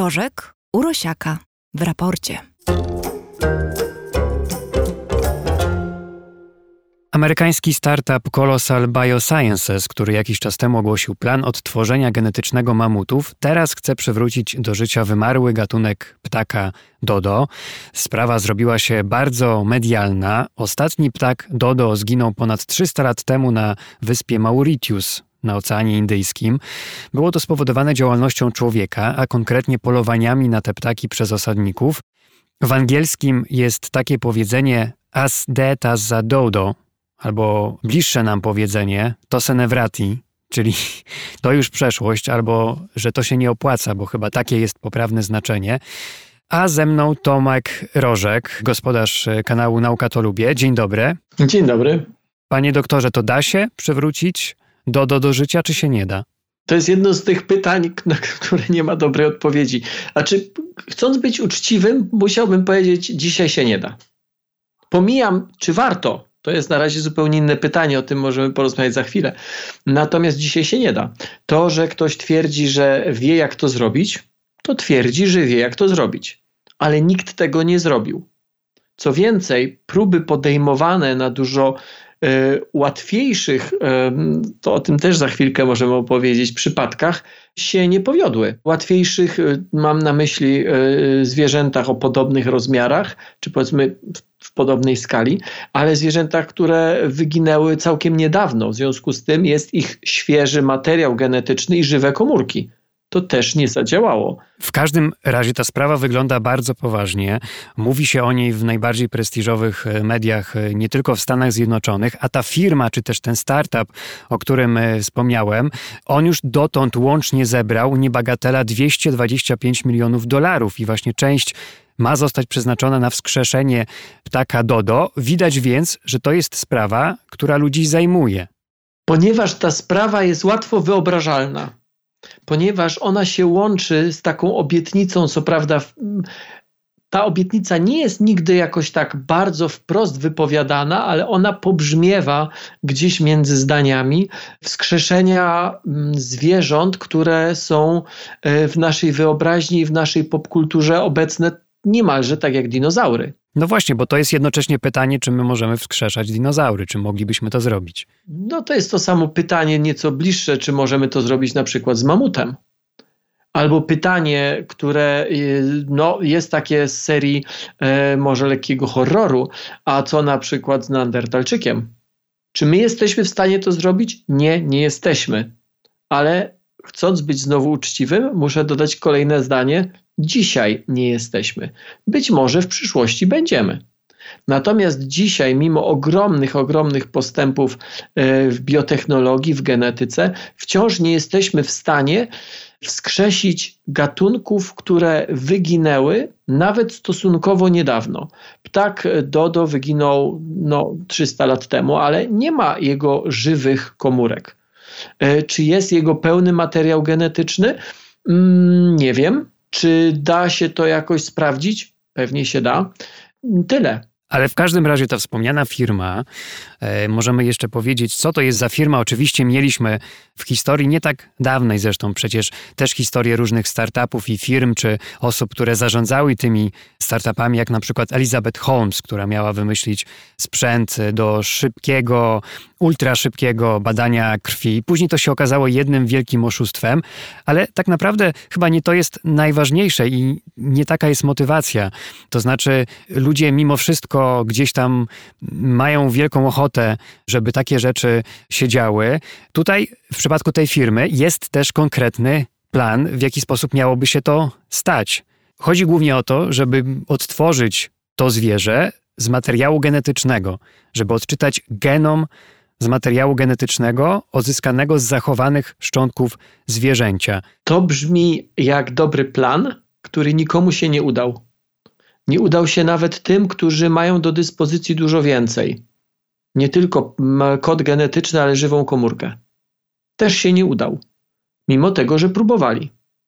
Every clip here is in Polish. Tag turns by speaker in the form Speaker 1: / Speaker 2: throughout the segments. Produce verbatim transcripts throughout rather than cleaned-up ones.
Speaker 1: Rożek u Rosiaka w raporcie.
Speaker 2: Amerykański startup Colossal Biosciences, który jakiś czas temu ogłosił plan odtworzenia genetycznego mamutów, teraz chce przywrócić do życia wymarły gatunek ptaka dodo. Sprawa zrobiła się bardzo medialna. Ostatni ptak dodo zginął ponad trzysta lat temu na wyspie Mauritius na Oceanie Indyjskim. Było to spowodowane działalnością człowieka, a konkretnie polowaniami na te ptaki przez osadników. W angielskim jest takie powiedzenie as dead as a dodo, albo bliższe nam powiedzenie to se ne vrati, czyli to już przeszłość, albo że to się nie opłaca, bo chyba takie jest poprawne znaczenie. A ze mną Tomek Rożek, gospodarz kanału Nauka to Lubię. Dzień dobry.
Speaker 3: Dzień dobry.
Speaker 2: Panie doktorze, to da się przywrócić dodo do życia, czy się nie da?
Speaker 3: To jest jedno z tych pytań, na które nie ma dobrej odpowiedzi. Znaczy, chcąc być uczciwym, musiałbym powiedzieć, dzisiaj się nie da. Pomijam, czy warto. To jest na razie zupełnie inne pytanie, o tym możemy porozmawiać za chwilę. Natomiast dzisiaj się nie da. To, że ktoś twierdzi, że wie, jak to zrobić, to twierdzi, że wie, jak to zrobić. Ale nikt tego nie zrobił. Co więcej, próby podejmowane na dużo y, łatwiejszych, y, to o tym też za chwilkę możemy opowiedzieć, przypadkach się nie powiodły. Łatwiejszych, y, mam na myśli y, zwierzętach o podobnych rozmiarach, czy powiedzmy w podobnej skali, ale zwierzętach, które wyginęły całkiem niedawno. W związku z tym jest ich świeży materiał genetyczny i żywe komórki. To też nie zadziałało.
Speaker 2: W każdym razie ta sprawa wygląda bardzo poważnie. Mówi się o niej w najbardziej prestiżowych mediach, nie tylko w Stanach Zjednoczonych, a ta firma, czy też ten startup, o którym wspomniałem, on już dotąd łącznie zebrał niebagatela dwieście dwadzieścia pięć milionów dolarów i właśnie część ma zostać przeznaczona na wskrzeszenie ptaka dodo. Widać więc, że to jest sprawa, która ludzi zajmuje.
Speaker 3: Ponieważ ta sprawa jest łatwo wyobrażalna, ponieważ ona się łączy z taką obietnicą, co prawda ta obietnica nie jest nigdy jakoś tak bardzo wprost wypowiadana, ale ona pobrzmiewa gdzieś między zdaniami wskrzeszenia zwierząt, które są w naszej wyobraźni i w naszej popkulturze obecne niemalże tak jak dinozaury.
Speaker 2: No właśnie, bo to jest jednocześnie pytanie, czy my możemy wskrzeszać dinozaury, czy moglibyśmy to zrobić?
Speaker 3: No to jest to samo pytanie, nieco bliższe, czy możemy to zrobić na przykład z mamutem. Albo pytanie, które no, jest takie z serii e, może lekkiego horroru, a co na przykład z Neandertalczykiem? Czy my jesteśmy w stanie to zrobić? Nie, nie jesteśmy. Ale chcąc być znowu uczciwym, muszę dodać kolejne zdanie. Dzisiaj nie jesteśmy. Być może w przyszłości będziemy. Natomiast dzisiaj, mimo ogromnych, ogromnych postępów w biotechnologii, w genetyce, wciąż nie jesteśmy w stanie wskrzesić gatunków, które wyginęły nawet stosunkowo niedawno. Ptak dodo wyginął no, trzysta lat temu, ale nie ma jego żywych komórek. Czy jest jego pełny materiał genetyczny? Mm, nie wiem. Czy da się to jakoś sprawdzić? Pewnie się da. Tyle.
Speaker 2: Ale w każdym razie ta wspomniana firma, e, możemy jeszcze powiedzieć, co to jest za firma. Oczywiście mieliśmy w historii nie tak dawnej zresztą przecież też historię różnych startupów i firm, czy osób, które zarządzały tymi startupami, jak na przykład Elizabeth Holmes, która miała wymyślić sprzęt do szybkiego, ultra szybkiego badania krwi. Później to się okazało jednym wielkim oszustwem, ale tak naprawdę chyba nie to jest najważniejsze i nie taka jest motywacja. To znaczy ludzie mimo wszystko gdzieś tam mają wielką ochotę, żeby takie rzeczy się działy. Tutaj w przypadku tej firmy jest też konkretny plan, w jaki sposób miałoby się to stać. Chodzi głównie o to, żeby odtworzyć to zwierzę z materiału genetycznego, żeby odczytać genom z materiału genetycznego odzyskanego z zachowanych szczątków zwierzęcia.
Speaker 3: To brzmi jak dobry plan, który nikomu się nie udał. Nie udał się nawet tym, którzy mają do dyspozycji dużo więcej. Nie tylko kod genetyczny, ale żywą komórkę. Też się nie udał. Mimo tego, że próbowali.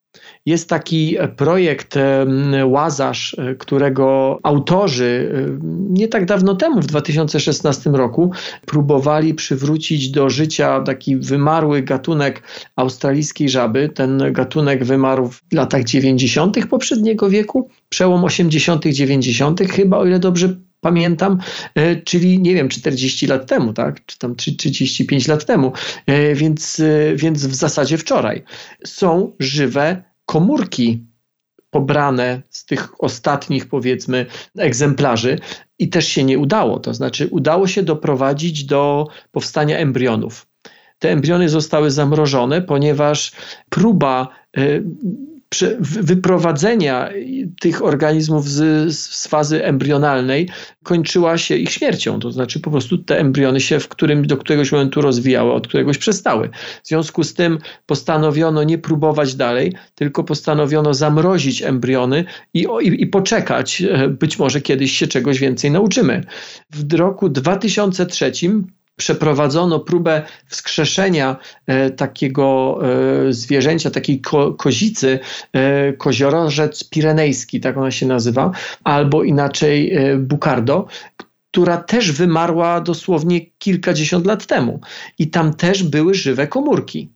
Speaker 3: Jest taki projekt Łazarz, którego autorzy nie tak dawno temu, w dwa tysiące szesnastym roku, próbowali przywrócić do życia taki wymarły gatunek australijskiej żaby. Ten gatunek wymarł w latach dziewięćdziesiątych poprzedniego wieku, przełom osiemdziesiątych, dziewięćdziesiątych chyba, o ile dobrze pamiętam, czyli nie wiem, czterdzieści lat temu, tak? Czy tam trzydzieści pięć lat temu, więc, więc w zasadzie wczoraj. Są żywe komórki pobrane z tych ostatnich, powiedzmy, egzemplarzy i też się nie udało. To znaczy udało się doprowadzić do powstania embrionów. Te embriony zostały zamrożone, ponieważ próba y, wyprowadzenia tych organizmów z, z fazy embrionalnej kończyła się ich śmiercią. To znaczy po prostu te embriony się w którym, do któregoś momentu rozwijały, od któregoś przestały. W związku z tym postanowiono nie próbować dalej, tylko postanowiono zamrozić embriony i, i, i poczekać. Być może kiedyś się czegoś więcej nauczymy. W roku dwa tysiące trzecim przeprowadzono próbę wskrzeszenia e, takiego e, zwierzęcia, takiej ko, kozicy, e, koziorożec pirenejski, tak ona się nazywa, albo inaczej e, bucardo, która też wymarła dosłownie kilkadziesiąt lat temu. I tam też były żywe komórki.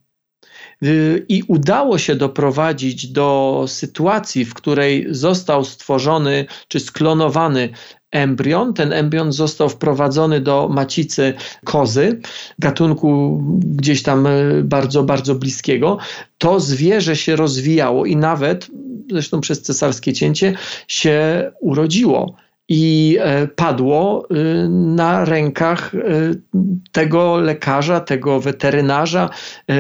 Speaker 3: I udało się doprowadzić do sytuacji, w której został stworzony czy sklonowany embrion. Ten embrion został wprowadzony do macicy kozy, gatunku gdzieś tam bardzo, bardzo bliskiego. To zwierzę się rozwijało i nawet, zresztą przez cesarskie cięcie, się urodziło. I padło na rękach tego lekarza, tego weterynarza,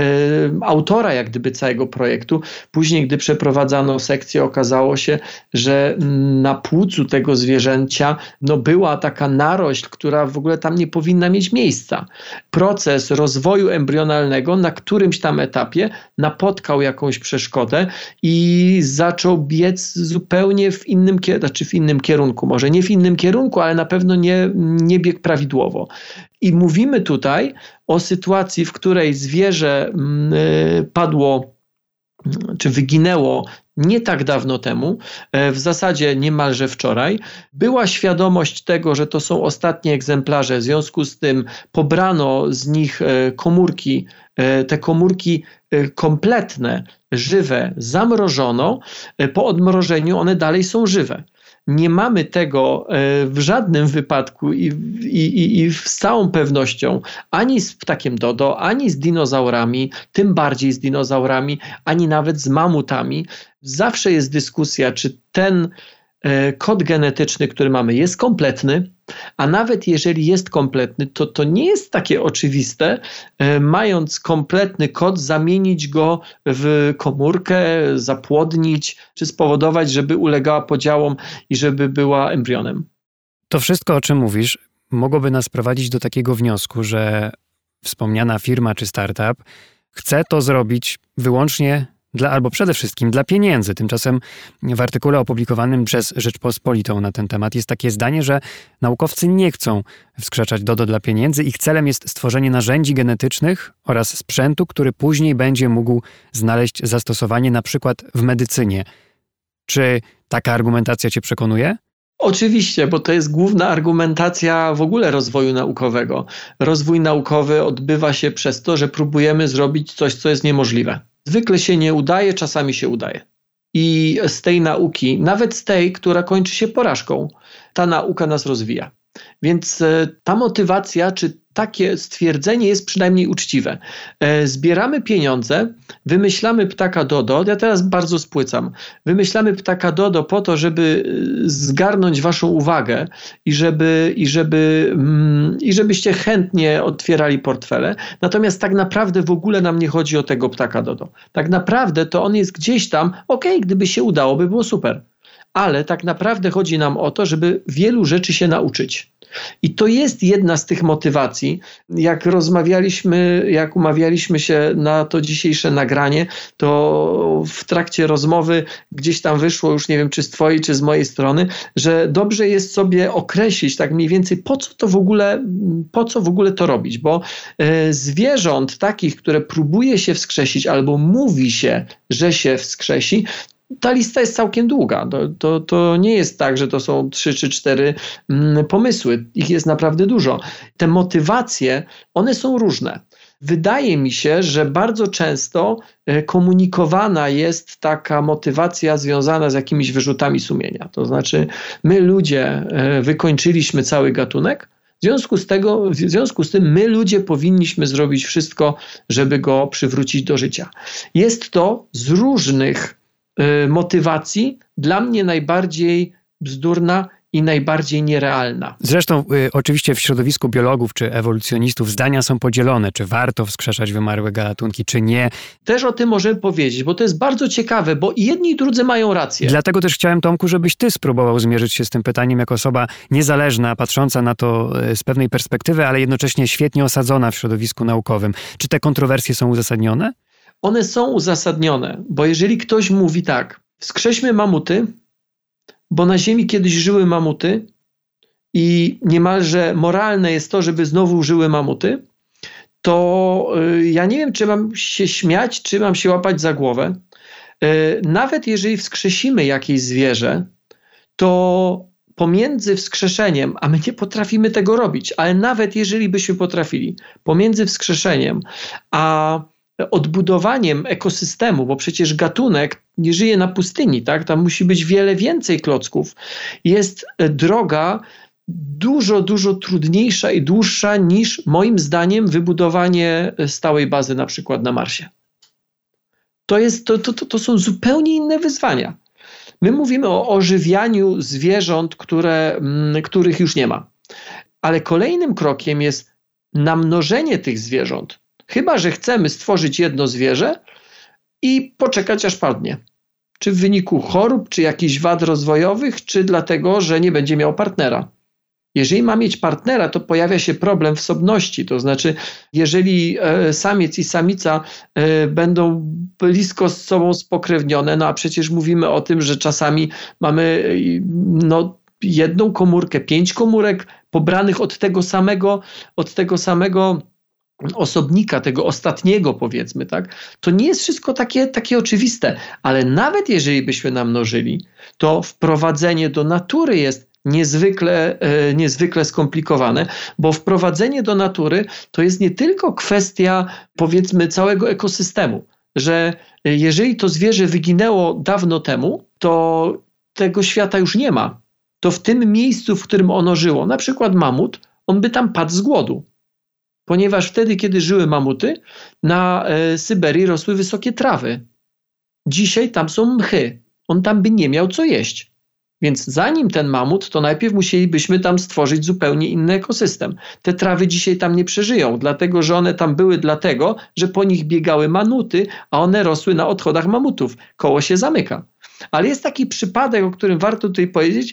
Speaker 3: autora jak gdyby całego projektu. Później, gdy przeprowadzano sekcję, okazało się, że na płucu tego zwierzęcia no, była taka narośl, która w ogóle tam nie powinna mieć miejsca. Proces rozwoju embrionalnego na którymś tam etapie napotkał jakąś przeszkodę i zaczął biec zupełnie w innym, znaczy w innym kierunku. Może nie w innym kierunku, ale na pewno nie, nie biegł prawidłowo. I mówimy tutaj o sytuacji, w której zwierzę yy, padło, czy wyginęło nie tak dawno temu, w zasadzie niemalże wczoraj. Była świadomość tego, że to są ostatnie egzemplarze, w związku z tym pobrano z nich komórki, te komórki kompletne, żywe, zamrożono. Po odmrożeniu one dalej są żywe. Nie mamy tego w żadnym wypadku i, i, i z całą pewnością ani z ptakiem dodo, ani z dinozaurami, tym bardziej z dinozaurami, ani nawet z mamutami. Zawsze jest dyskusja, czy ten kod genetyczny, który mamy, jest kompletny, a nawet jeżeli jest kompletny, to to nie jest takie oczywiste, mając kompletny kod, zamienić go w komórkę, zapłodnić, czy spowodować, żeby ulegała podziałom i żeby była embrionem.
Speaker 2: To wszystko, o czym mówisz, mogłoby nas prowadzić do takiego wniosku, że wspomniana firma czy startup chce to zrobić wyłącznie Dla, albo przede wszystkim dla pieniędzy. Tymczasem w artykule opublikowanym przez Rzeczpospolitą na ten temat jest takie zdanie, że naukowcy nie chcą wskrzeszać dodo dla pieniędzy. Ich celem jest stworzenie narzędzi genetycznych oraz sprzętu, który później będzie mógł znaleźć zastosowanie na przykład w medycynie. Czy taka argumentacja cię przekonuje?
Speaker 3: Oczywiście, bo to jest główna argumentacja w ogóle rozwoju naukowego. Rozwój naukowy odbywa się przez to, że próbujemy zrobić coś, co jest niemożliwe. Zwykle się nie udaje, czasami się udaje. I z tej nauki, nawet z tej, która kończy się porażką, ta nauka nas rozwija. Więc ta motywacja, czy takie stwierdzenie jest przynajmniej uczciwe. Zbieramy pieniądze, wymyślamy ptaka dodo, ja teraz bardzo spłycam, wymyślamy ptaka dodo po to, żeby zgarnąć waszą uwagę i, żeby, i, żeby, i żebyście chętnie otwierali portfele. Natomiast tak naprawdę w ogóle nam nie chodzi o tego ptaka dodo. Tak naprawdę to on jest gdzieś tam, okej, okay, gdyby się udało, by było super. Ale tak naprawdę chodzi nam o to, żeby wielu rzeczy się nauczyć. I to jest jedna z tych motywacji. Jak rozmawialiśmy, jak umawialiśmy się na to dzisiejsze nagranie, to w trakcie rozmowy gdzieś tam wyszło, już nie wiem czy z twojej, czy z mojej strony, że dobrze jest sobie określić tak mniej więcej po co to w ogóle, po co w ogóle to robić, bo e, zwierząt takich, które próbuje się wskrzesić albo mówi się, że się wskrzesi, ta lista jest całkiem długa. To, to, to nie jest tak, że to są trzy czy cztery mm, pomysły. Ich jest naprawdę dużo. Te motywacje, one są różne. Wydaje mi się, że bardzo często e, komunikowana jest taka motywacja związana z jakimiś wyrzutami sumienia. To znaczy, my ludzie e, wykończyliśmy cały gatunek, w związku z tego, w związku z tym my ludzie powinniśmy zrobić wszystko, żeby go przywrócić do życia. Jest to z różnych y, motywacji dla mnie najbardziej bzdurna i najbardziej nierealna.
Speaker 2: Zresztą y, oczywiście w środowisku biologów czy ewolucjonistów zdania są podzielone, czy warto wskrzeszać wymarłe gatunki, czy nie.
Speaker 3: Też o tym możemy powiedzieć, bo to jest bardzo ciekawe, bo i jedni i drudzy mają rację.
Speaker 2: Dlatego też chciałem, Tomku, żebyś ty spróbował zmierzyć się z tym pytaniem jako osoba niezależna, patrząca na to y, z pewnej perspektywy, ale jednocześnie świetnie osadzona w środowisku naukowym. Czy te kontrowersje są uzasadnione?
Speaker 3: One są uzasadnione, bo jeżeli ktoś mówi tak, wskrześmy mamuty, bo na Ziemi kiedyś żyły mamuty i niemalże moralne jest to, żeby znowu żyły mamuty, to y, ja nie wiem, czy mam się śmiać, czy mam się łapać za głowę. Y, nawet jeżeli wskrzesimy jakieś zwierzę, to pomiędzy wskrzeszeniem, a my nie potrafimy tego robić, ale nawet jeżeli byśmy potrafili, pomiędzy wskrzeszeniem a odbudowaniem ekosystemu, bo przecież gatunek nie żyje na pustyni, tak? Tam musi być wiele więcej klocków. Jest droga dużo, dużo trudniejsza i dłuższa niż moim zdaniem wybudowanie stałej bazy na przykład na Marsie. To, jest, to, to, to są zupełnie inne wyzwania. My mówimy o ożywianiu zwierząt, które, których już nie ma. Ale kolejnym krokiem jest namnożenie tych zwierząt. Chyba że chcemy stworzyć jedno zwierzę i poczekać aż padnie. Czy w wyniku chorób, czy jakichś wad rozwojowych, czy dlatego, że nie będzie miał partnera. Jeżeli ma mieć partnera, to pojawia się problem wsobności. To znaczy, jeżeli e, samiec i samica e, będą blisko z sobą spokrewnione, no a przecież mówimy o tym, że czasami mamy e, no, jedną komórkę, pięć komórek pobranych od tego samego, od tego samego osobnika, tego ostatniego powiedzmy, tak, to nie jest wszystko takie, takie oczywiste, ale nawet jeżeli byśmy namnożyli, to wprowadzenie do natury jest niezwykle, e, niezwykle skomplikowane, bo wprowadzenie do natury to jest nie tylko kwestia powiedzmy całego ekosystemu, że jeżeli to zwierzę wyginęło dawno temu, to tego świata już nie ma. To w tym miejscu, w którym ono żyło, na przykład mamut, on by tam padł z głodu. Ponieważ wtedy, kiedy żyły mamuty, na e, Syberii rosły wysokie trawy. Dzisiaj tam są mchy. On tam by nie miał co jeść. Więc zanim ten mamut, to najpierw musielibyśmy tam stworzyć zupełnie inny ekosystem. Te trawy dzisiaj tam nie przeżyją, dlatego że one tam były dlatego, że po nich biegały mamuty, a one rosły na odchodach mamutów. Koło się zamyka. Ale jest taki przypadek, o którym warto tutaj powiedzieć.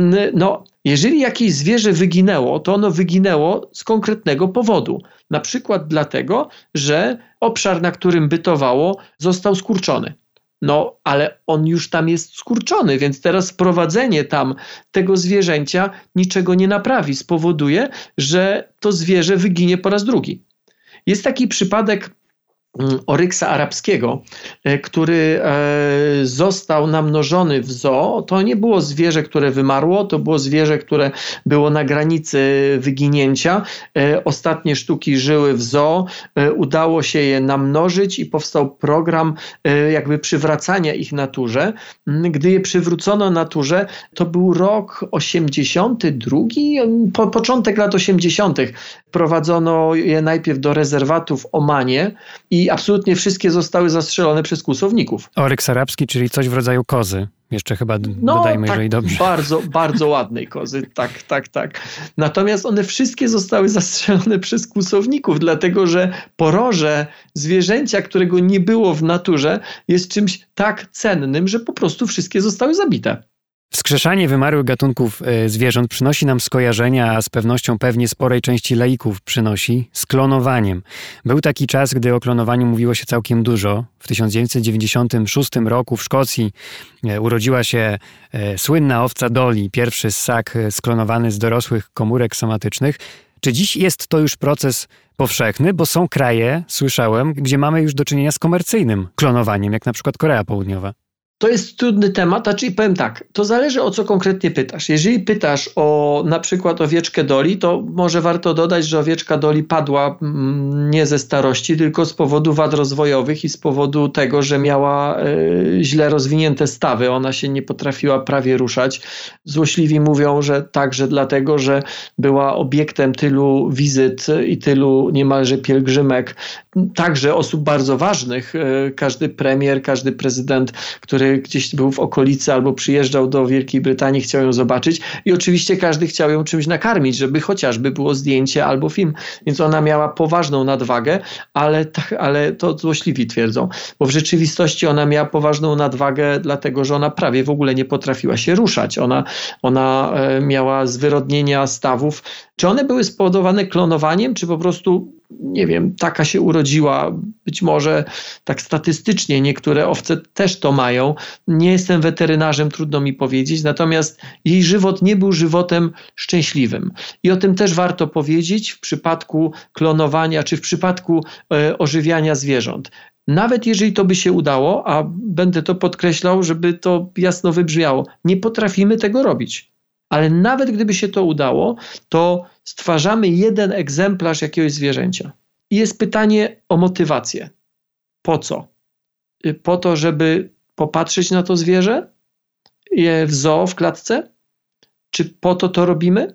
Speaker 3: No, jeżeli jakieś zwierzę wyginęło, to ono wyginęło z konkretnego powodu. Na przykład dlatego, że obszar, na którym bytowało, został skurczony. No, ale on już tam jest skurczony, więc teraz wprowadzenie tam tego zwierzęcia niczego nie naprawi. Spowoduje, że to zwierzę wyginie po raz drugi. Jest taki przypadek oryksa arabskiego, który został namnożony w zoo. To nie było zwierzę, które wymarło, to było zwierzę, które było na granicy wyginięcia. Ostatnie sztuki żyły w zoo, udało się je namnożyć i powstał program jakby przywracania ich naturze. Gdy je przywrócono naturze, to był rok osiemdziesiąty drugi, po, początek lat osiemdziesiątych. Prowadzono je najpierw do rezerwatu w Omanie i absolutnie wszystkie zostały zastrzelone przez kłusowników.
Speaker 2: Oryks arabski, czyli coś w rodzaju kozy. Jeszcze chyba
Speaker 3: no,
Speaker 2: dodajmy,
Speaker 3: tak,
Speaker 2: jeżeli dobrze.
Speaker 3: Bardzo, bardzo ładnej kozy, tak, tak, tak. Natomiast one wszystkie zostały zastrzelone przez kłusowników, dlatego że poroże zwierzęcia, którego nie było w naturze, jest czymś tak cennym, że po prostu wszystkie zostały zabite.
Speaker 2: Wskrzeszanie wymarłych gatunków y, zwierząt przynosi nam skojarzenia, a z pewnością pewnie sporej części laików przynosi, z klonowaniem. Był taki czas, gdy o klonowaniu mówiło się całkiem dużo. W tysiąc dziewięćset dziewięćdziesiątym szóstym roku w Szkocji y, urodziła się y, słynna owca Dolly, pierwszy ssak y, sklonowany z dorosłych komórek somatycznych. Czy dziś jest to już proces powszechny? Bo są kraje, słyszałem, gdzie mamy już do czynienia z komercyjnym klonowaniem, jak na przykład Korea Południowa.
Speaker 3: To jest trudny temat, a czyli powiem tak, to zależy o co konkretnie pytasz. Jeżeli pytasz o na przykład owieczkę Dolly, to może warto dodać, że owieczka Dolly padła mm, nie ze starości, tylko z powodu wad rozwojowych i z powodu tego, że miała y, źle rozwinięte stawy. Ona się nie potrafiła prawie ruszać. Złośliwi mówią, że także dlatego, że była obiektem tylu wizyt i tylu niemalże pielgrzymek, także osób bardzo ważnych. Y, każdy premier, każdy prezydent, który gdzieś był w okolicy albo przyjeżdżał do Wielkiej Brytanii, chciał ją zobaczyć i oczywiście każdy chciał ją czymś nakarmić, żeby chociażby było zdjęcie albo film. Więc ona miała poważną nadwagę, ale, ale to złośliwi twierdzą, bo w rzeczywistości ona miała poważną nadwagę dlatego, że ona prawie w ogóle nie potrafiła się ruszać. Ona, ona miała zwyrodnienia stawów. Czy one były spowodowane klonowaniem, czy po prostu, nie wiem, taka się urodziła, być może tak statystycznie niektóre owce też to mają. Nie jestem weterynarzem, trudno mi powiedzieć, natomiast jej żywot nie był żywotem szczęśliwym. I o tym też warto powiedzieć w przypadku klonowania, czy w przypadku e, ożywiania zwierząt. Nawet jeżeli to by się udało, a będę to podkreślał, żeby to jasno wybrzmiało, nie potrafimy tego robić. Ale nawet gdyby się to udało, to stwarzamy jeden egzemplarz jakiegoś zwierzęcia. I jest pytanie o motywację. Po co? Po to, żeby popatrzeć na to zwierzę w zoo, w klatce? Czy po to to robimy?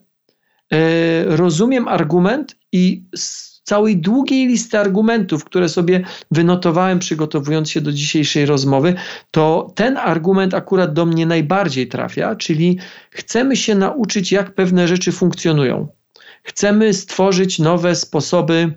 Speaker 3: Rozumiem argument i z całej długiej listy argumentów, które sobie wynotowałem, przygotowując się do dzisiejszej rozmowy, to ten argument akurat do mnie najbardziej trafia, czyli chcemy się nauczyć, jak pewne rzeczy funkcjonują. Chcemy stworzyć nowe sposoby,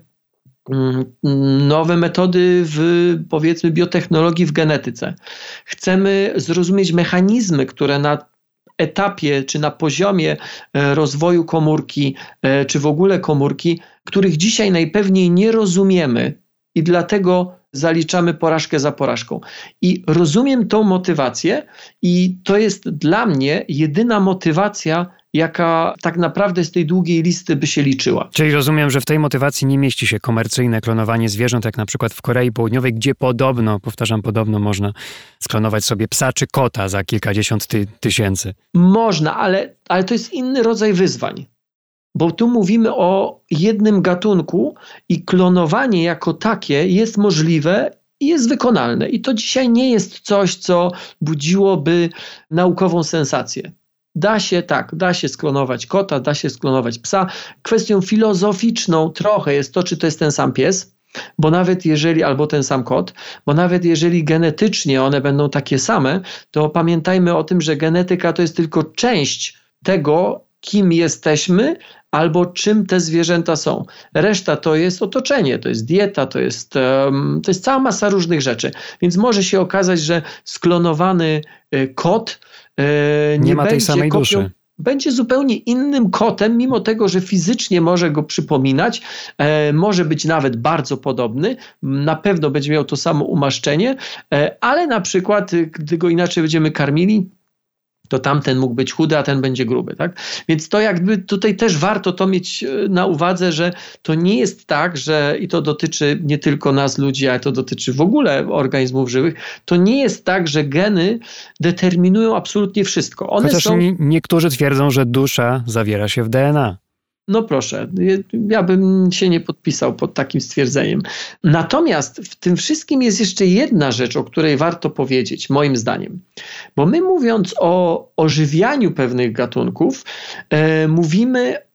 Speaker 3: nowe metody w, powiedzmy, biotechnologii, w genetyce. Chcemy zrozumieć mechanizmy, które na etapie czy na poziomie rozwoju komórki, czy w ogóle komórki, których dzisiaj najpewniej nie rozumiemy i dlatego zaliczamy porażkę za porażką. I rozumiem tą motywację i to jest dla mnie jedyna motywacja, jaka tak naprawdę z tej długiej listy by się liczyła.
Speaker 2: Czyli rozumiem, że w tej motywacji nie mieści się komercyjne klonowanie zwierząt, jak na przykład w Korei Południowej, gdzie podobno, powtarzam, podobno można sklonować sobie psa czy kota za kilkadziesiąt ty- tysięcy.
Speaker 3: Można, ale, ale to jest inny rodzaj wyzwań. Bo tu mówimy o jednym gatunku i klonowanie jako takie jest możliwe i jest wykonalne. I to dzisiaj nie jest coś, co budziłoby naukową sensację. Da się tak, da się sklonować kota, da się sklonować psa. Kwestią filozoficzną trochę jest to, czy to jest ten sam pies, bo nawet jeżeli, albo ten sam kot, bo nawet jeżeli genetycznie one będą takie same, to pamiętajmy o tym, że genetyka to jest tylko część tego, kim jesteśmy, albo czym te zwierzęta są. Reszta to jest otoczenie, to jest dieta, to jest, um, to jest cała masa różnych rzeczy. Więc może się okazać, że sklonowany y, kot y, nie,
Speaker 2: nie ma tej
Speaker 3: będzie
Speaker 2: samej
Speaker 3: kopią,
Speaker 2: duszy.
Speaker 3: Będzie zupełnie innym kotem, mimo tego, że fizycznie może go przypominać, e, może być nawet bardzo podobny, na pewno będzie miał to samo umaszczenie, e, ale na przykład, gdy go inaczej będziemy karmili, to tamten mógł być chudy, a ten będzie gruby, tak? Więc to jakby tutaj też warto to mieć na uwadze, że to nie jest tak, że i to dotyczy nie tylko nas ludzi, ale to dotyczy w ogóle organizmów żywych, to nie jest tak, że geny determinują absolutnie wszystko. One
Speaker 2: Chociaż
Speaker 3: są...
Speaker 2: nie, niektórzy twierdzą, że dusza zawiera się w D N A.
Speaker 3: No proszę, ja bym się nie podpisał pod takim stwierdzeniem. Natomiast w tym wszystkim jest jeszcze jedna rzecz, o której warto powiedzieć, moim zdaniem. Bo my, mówiąc o ożywianiu pewnych gatunków, e, mówimy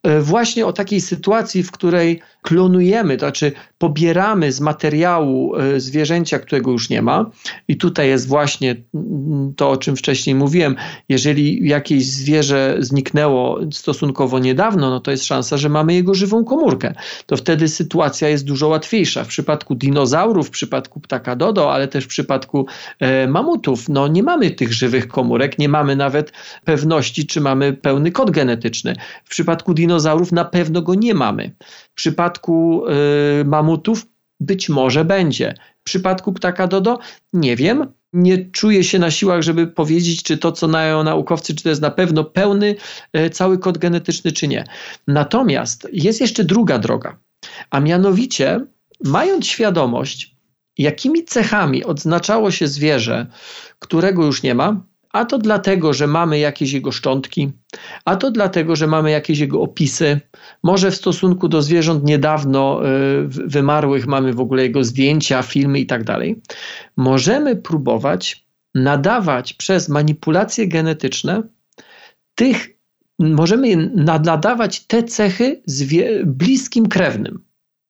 Speaker 3: właśnie o takiej sytuacji, w której klonujemy, to znaczy pobieramy z materiału zwierzęcia, którego już nie ma. I tutaj jest właśnie to, o czym wcześniej mówiłem. Jeżeli jakieś zwierzę zniknęło stosunkowo niedawno, no to jest szansa, że mamy jego żywą komórkę. To wtedy sytuacja jest dużo łatwiejsza. W przypadku dinozaurów, w przypadku ptaka dodo, ale też w przypadku e, mamutów, no nie mamy tych żywych komórek, nie mamy nawet pewności, czy mamy pełny kod genetyczny. W przypadku dinozaurów na pewno go nie mamy. W przypadku y, mamutów być może będzie. W przypadku ptaka dodo nie wiem. Nie czuję się na siłach, żeby powiedzieć, czy to, co mają naukowcy, czy to jest na pewno pełny y, cały kod genetyczny, czy nie. Natomiast jest jeszcze druga droga, a mianowicie mając świadomość, jakimi cechami odznaczało się zwierzę, którego już nie ma, a to dlatego, że mamy jakieś jego szczątki, a to dlatego, że mamy jakieś jego opisy. Może w stosunku do zwierząt niedawno y, wymarłych mamy w ogóle jego zdjęcia, filmy i tak dalej. Możemy próbować nadawać przez manipulacje genetyczne tych, możemy nadawać te cechy zwie- bliskim krewnym.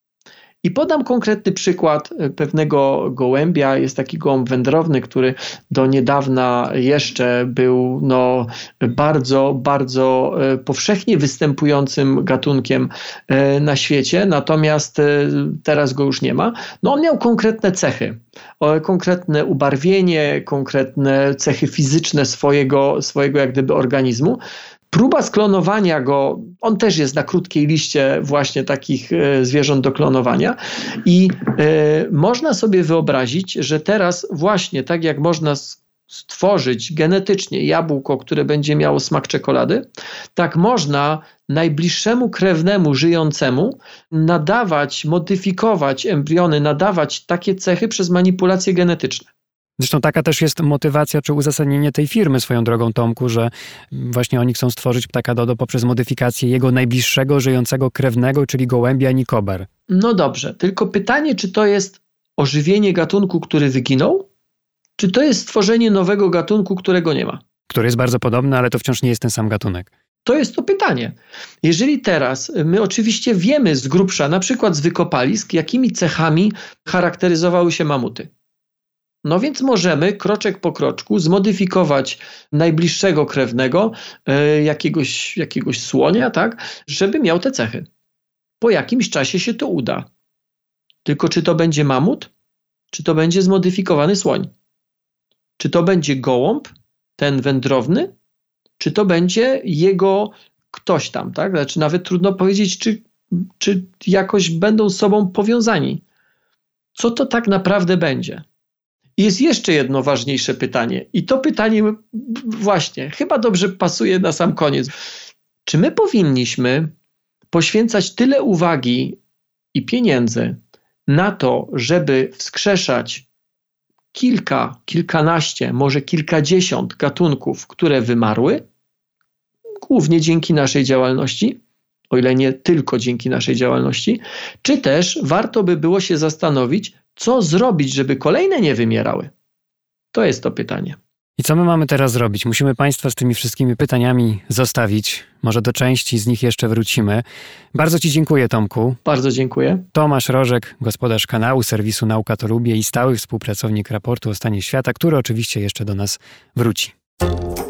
Speaker 3: I podam konkretny przykład pewnego gołębia. Jest taki gołąb wędrowny, który do niedawna jeszcze był no, bardzo, bardzo powszechnie występującym gatunkiem na świecie, natomiast teraz go już nie ma. No, on miał konkretne cechy, konkretne ubarwienie, konkretne cechy fizyczne swojego, swojego jak gdyby organizmu. Próba sklonowania go, on też jest na krótkiej liście właśnie takich e, zwierząt do klonowania i e, można sobie wyobrazić, że teraz właśnie tak jak można stworzyć genetycznie jabłko, które będzie miało smak czekolady, tak można najbliższemu krewnemu żyjącemu nadawać, modyfikować embriony, nadawać takie cechy przez manipulacje genetyczne.
Speaker 2: Zresztą taka też jest motywacja czy uzasadnienie tej firmy swoją drogą, Tomku, że właśnie oni chcą stworzyć ptaka dodo poprzez modyfikację jego najbliższego żyjącego krewnego, czyli gołębia Nikober.
Speaker 3: No dobrze, tylko pytanie, czy to jest ożywienie gatunku, który wyginął, czy to jest stworzenie nowego gatunku, którego nie ma?
Speaker 2: Który jest bardzo podobny, ale to wciąż nie jest ten sam gatunek.
Speaker 3: To jest to pytanie. Jeżeli teraz, my oczywiście wiemy z grubsza, na przykład z wykopalisk, jakimi cechami charakteryzowały się mamuty. No więc możemy kroczek po kroczku zmodyfikować najbliższego krewnego, y, jakiegoś, jakiegoś słonia, tak, żeby miał te cechy. Po jakimś czasie się to uda. Tylko czy to będzie mamut, czy to będzie zmodyfikowany słoń? Czy to będzie gołąb, ten wędrowny, czy to będzie jego ktoś tam, tak? Znaczy nawet trudno powiedzieć, czy, czy jakoś będą z sobą powiązani. Co to tak naprawdę będzie? Jest jeszcze jedno ważniejsze pytanie i to pytanie właśnie chyba dobrze pasuje na sam koniec. Czy my powinniśmy poświęcać tyle uwagi i pieniędzy na to, żeby wskrzeszać kilka, kilkanaście, może kilkadziesiąt gatunków, które wymarły, głównie dzięki naszej działalności, o ile nie tylko dzięki naszej działalności, czy też warto by było się zastanowić, co zrobić, żeby kolejne nie wymierały? To jest to pytanie.
Speaker 2: I co my mamy teraz zrobić? Musimy Państwa z tymi wszystkimi pytaniami zostawić. Może do części z nich jeszcze wrócimy. Bardzo Ci dziękuję, Tomku.
Speaker 3: Bardzo dziękuję.
Speaker 2: Tomasz Rożek, gospodarz kanału, serwisu Nauka to Lubię i stały współpracownik raportu o stanie świata, który oczywiście jeszcze do nas wróci.